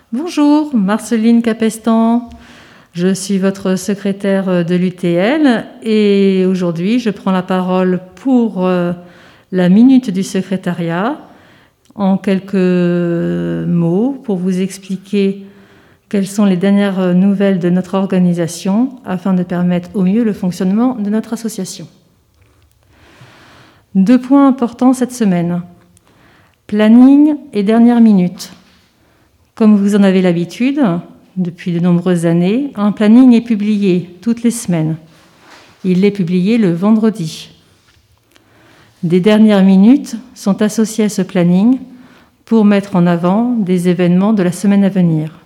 Bonjour, Marceline Capestan. Je suis votre secrétaire de l'UTL et aujourd'hui je prends la parole pour la minute du secrétariat en quelques mots pour vous expliquer quelles sont les dernières nouvelles de notre organisation afin de permettre au mieux le fonctionnement de notre association. 2 points importants cette semaine. Planning et dernière minute. Comme vous en avez l'habitude, depuis de nombreuses années, un planning est publié toutes les semaines. Il est publié le vendredi. Des dernières minutes sont associées à ce planning pour mettre en avant des événements de la semaine à venir.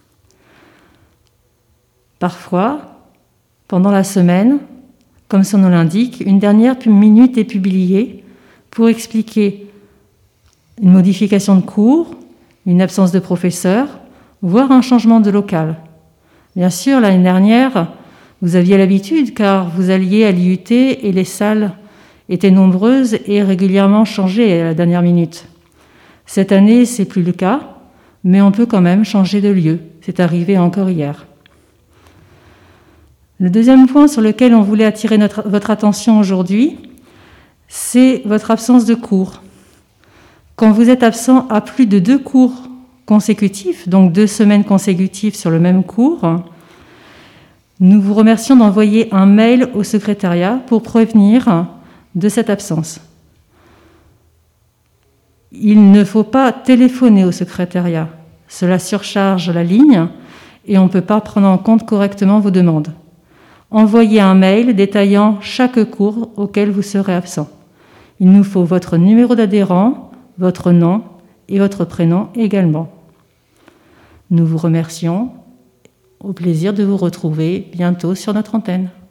Parfois, pendant la semaine, comme son nom l'indique, une dernière minute est publiée pour expliquer une modification de cours, une absence de professeur, voire un changement de local. Bien sûr, l'année dernière, vous aviez l'habitude car vous alliez à l'IUT et les salles étaient nombreuses et régulièrement changées à la dernière minute. Cette année, c'est plus le cas, mais on peut quand même changer de lieu. C'est arrivé encore hier. Le deuxième point sur lequel on voulait attirer votre attention aujourd'hui, c'est votre absence de cours. Quand vous êtes absent à plus de 2 cours consécutifs, donc 2 semaines consécutives sur le même cours, nous vous remercions d'envoyer un mail au secrétariat pour prévenir de cette absence. Il ne faut pas téléphoner au secrétariat. Cela surcharge la ligne et on ne peut pas prendre en compte correctement vos demandes. Envoyez un mail détaillant chaque cours auquel vous serez absent. Il nous faut votre numéro d'adhérent, votre nom et votre prénom également. Nous vous remercions. Au plaisir de vous retrouver bientôt sur notre antenne.